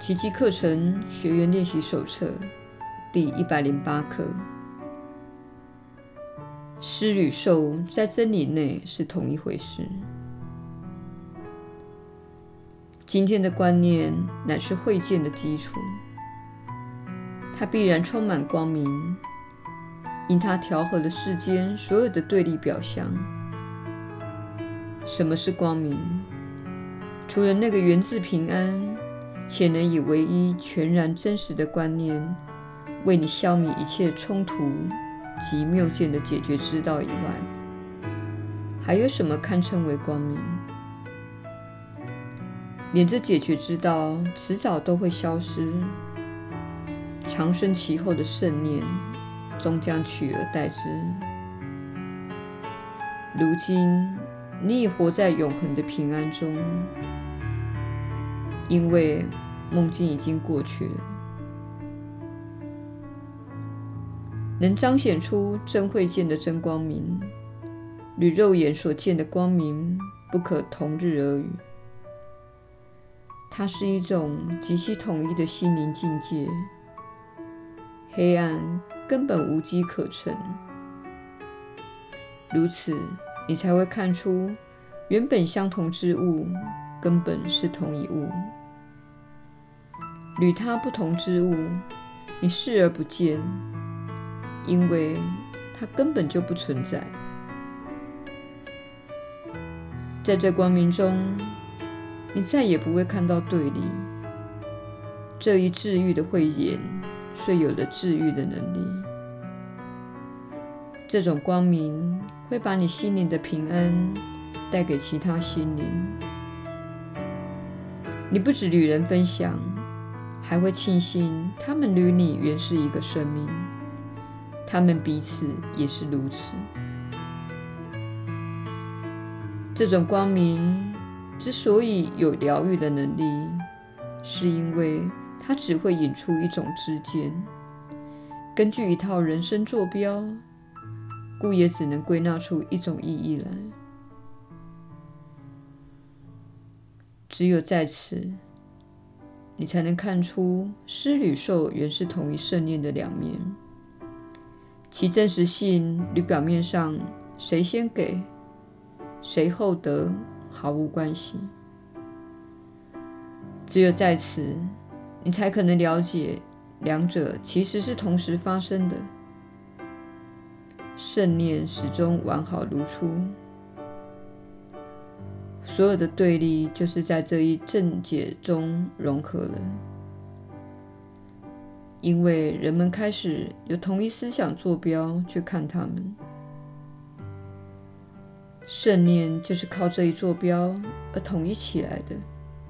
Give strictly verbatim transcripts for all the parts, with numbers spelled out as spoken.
奇迹课程学员练习手册第一百零八课。施与受在真理内是同一回事。今天的观念乃是慧见的基础，它必然充满光明，因它调和了世间所有的对立表象。什么是光明？除了那个源自平安且能以唯一全然真实的观念为你消弭一切冲突及谬见的解决之道以外，还有什么堪称为光明？连这解决之道迟早都会消失，长生其后的圣念终将取而代之。如今你已活在永恒的平安中，因为梦境已经过去了。能彰显出真慧见的真光明，与肉眼所见的光明不可同日而语。它是一种极其统一的心灵境界，黑暗根本无机可乘。如此，你才会看出原本相同之物根本是同一物，与它不同之物你视而不见，因为它根本就不存在。在这光明中，你再也不会看到对立。这一治愈的慧眼虽有了治愈的能力，这种光明会把你心灵的平安带给其他心灵。你不只与人分享，还会庆幸他们与你原是一个生命，他们彼此也是如此。这种光明之所以有疗愈的能力，是因为它只会引出一种知见，根据一套人生坐标，故也只能归纳出一种意义来。只有在此，你才能看出施与受原是同一圣念的两面，其真实性与表面上谁先给谁后得毫无关系。只有在此，你才可能了解两者其实是同时发生的。圣念始终完好如初，所有的对立就是在这一正解中融合了。因为人们开始有同一思想坐标去看它们，圣念就是靠这一坐标而统一起来的。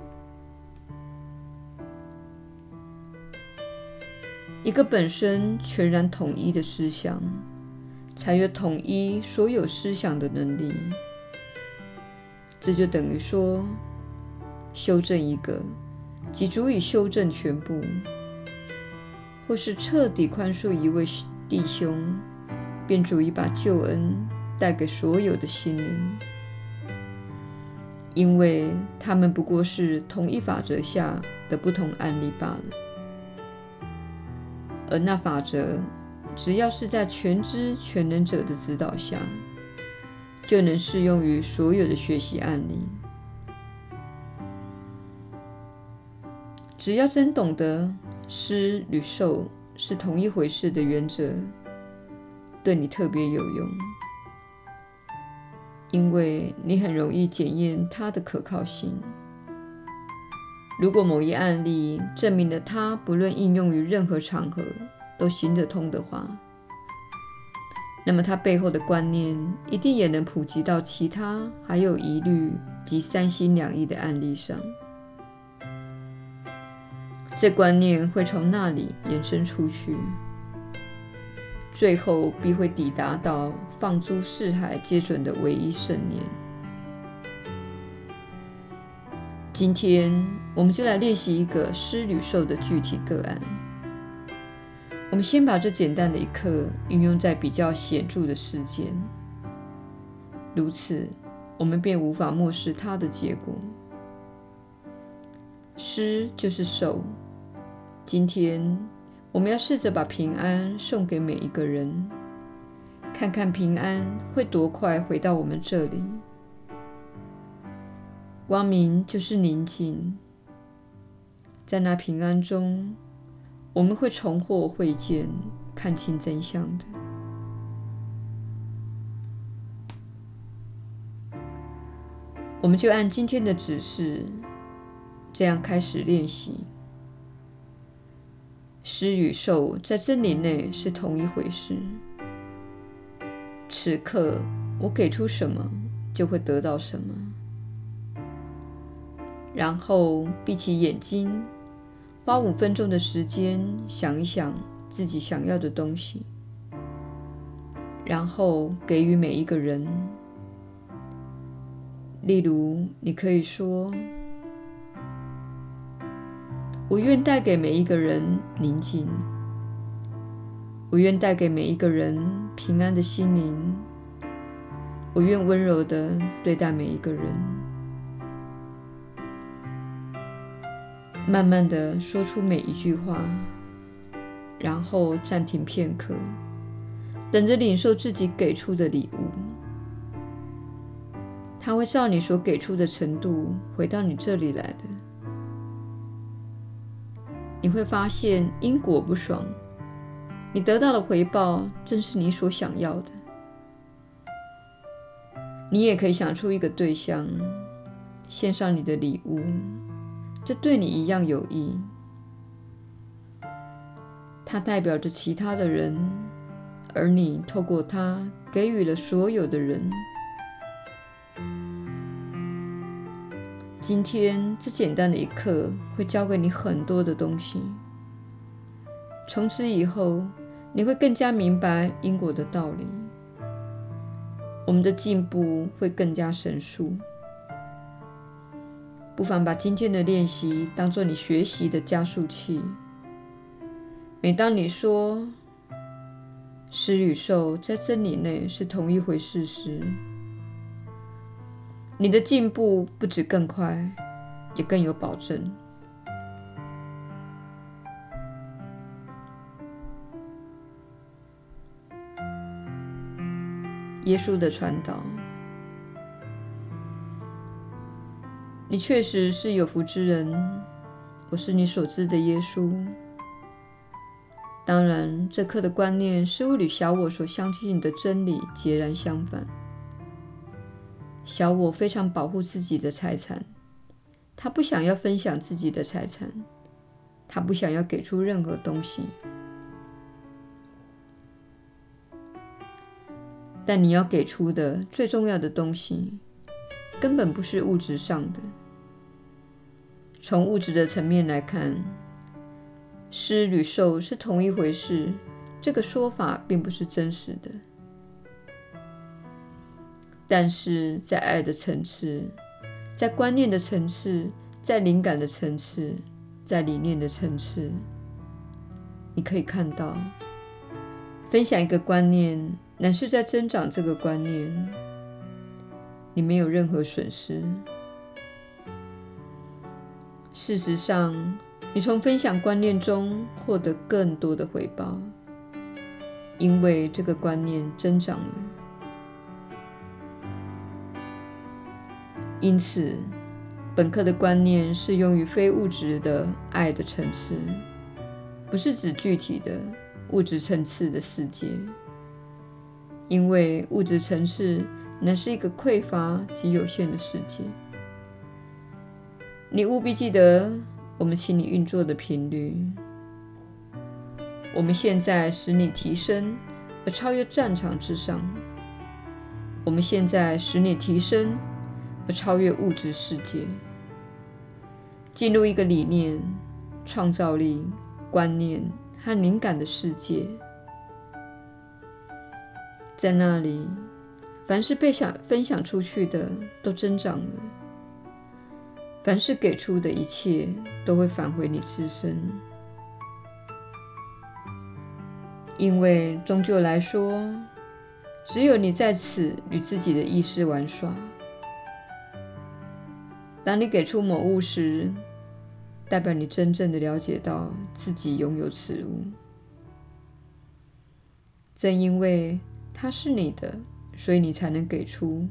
一个本身全然统一的思想，才有统一所有思想的能力。这就等于说，修正一个即足以修正全部，或是彻底宽恕一位弟兄，便足以把救恩带给所有的心灵，因为他们不过是同一法则下的不同案例罢了。而那法则只要是在全知全能者的指导下，就能适用于所有的学习案例。只要真懂得施与受是同一回事的原则，对你特别有用，因为你很容易检验它的可靠性。如果某一案例证明了它不论应用于任何场合都行得通的话，那么它背后的观念一定也能普及到其他还有疑虑及三心两意的案例上。这观念会从那里延伸出去，最后必会抵达到放诸四海皆准的唯一圣念。今天我们就来练习一个施与受的具体个案。我们先把这简单的一课运用在比较显著的事件，如此我们便无法漠视它的结果。施就是受， 今天我们要试着把平安送给每一个人，看看平安会多快回到我们这里。光明就是宁静，在那平安中，我们会重获慧见，看清真相的。我们就按今天的指示，这样开始练习。施与受在真理内是同一回事。此刻我给出什么，就会得到什么。然后闭起眼睛，花五分钟的时间想一想自己想要的东西，然后给予每一个人。例如，你可以说：我愿带给每一个人宁静，我愿带给每一个人平安的心灵，我愿温柔地对待每一个人。慢慢地说出每一句话，然后暂停片刻，等着领受自己给出的礼物。它会照你所给出的程度回到你这里来的。你会发现因果不爽，你得到的回报正是你所想要的。你也可以想出一个对象，献上你的礼物，这对你一样有益。它代表着其他的人，而你透过它给予了所有的人。今天这简单的一刻会教给你很多的东西。从此以后，你会更加明白因果的道理。我们的进步会更加神速。不妨把今天的练习当作你学习的加速器。每当你说施与受在真理内是同一回事时，你的进步不止更快，也更有保证。耶稣的传导。你确实是有福之人，我是你所知的耶稣。当然，这刻的观念似乎与小我所相信的真理截然相反。小我非常保护自己的财产，他不想要分享自己的财产，他不想要给出任何东西。但你要给出的最重要的东西，根本不是物质上的。从物质的层面来看，施与受是同一回事，这个说法并不是真实的。但是在爱的层次，在观念的层次，在灵感的层次，在理念的层次，你可以看到，分享一个观念乃是在增长这个观念，你没有任何损失。事实上，你从分享观念中获得更多的回报，因为这个观念增长了。因此，本课的观念适用于非物质的爱的层次，不是指具体的物质层次的世界，因为物质层次乃是一个匮乏及有限的世界。你务必记得我们请你运作的频率。我们现在使你提升而超越战场之上。我们现在使你提升而超越物质世界，进入一个理念、创造力、观念和灵感的世界。在那里，凡是被想分享出去的都增长了，凡是给出的一切都会返回你自身。因为终究来说，只有你在此与自己的意识玩耍。当你给出某物时， 代表你真正的了解到自己拥有此物。正因为它是你的，所以你才能给出。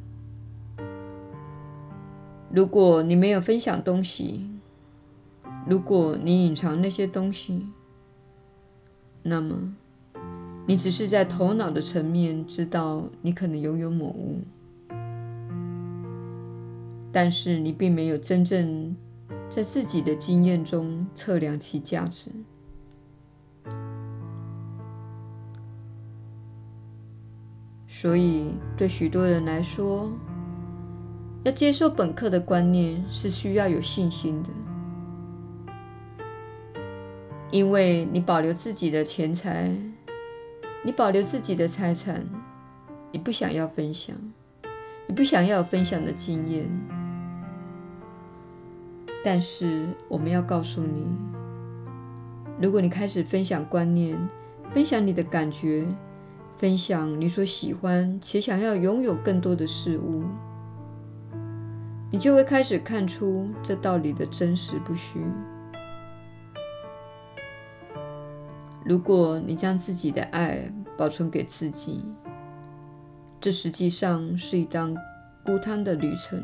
如果你没有分享东西，如果你隐藏那些东西，那么你只是在头脑的层面知道你可能拥有某物，但是你并没有真正在自己的经验中测量其价值。所以对许多人来说，要接受本课的观念是需要有信心的，因为你保留自己的钱财，你保留自己的财产，你不想要分享，你不想要有分享的经验。但是我们要告诉你，如果你开始分享观念，分享你的感觉，分享你所喜欢且想要拥有更多的事物，你就会开始看出这道理的真实不虚。如果你将自己的爱保存给自己，这实际上是一档孤单的旅程。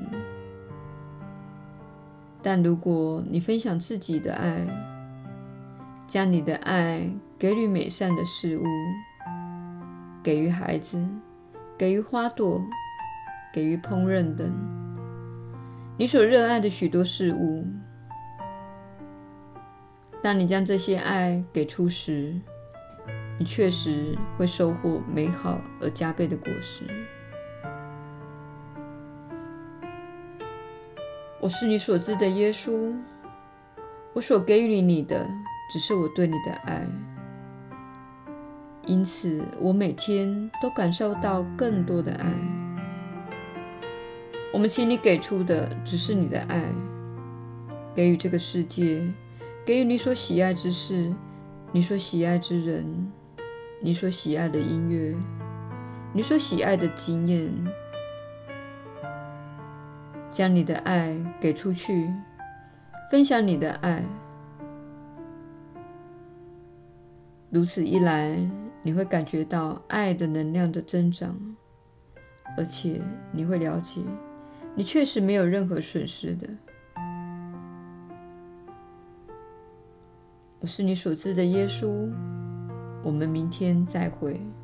但如果你分享自己的爱，将你的爱给予美善的事物，给予孩子，给予花朵，给予烹饪等你所热爱的许多事物，当你将这些爱给出时，你确实会收获美好而加倍的果实。我是你所知的耶稣，我所给予你的只是我对你的爱，因此我每天都感受到更多的爱。我们请你给出的只是你的爱，给予这个世界，给予你所喜爱之事，你所喜爱之人，你所喜爱的音乐，你所喜爱的经验。将你的爱给出去，分享你的爱。如此一来，你会感觉到爱的能量的增长，而且你会了解，你确实没有任何损失的。我是你所知的耶稣，我们明天再会。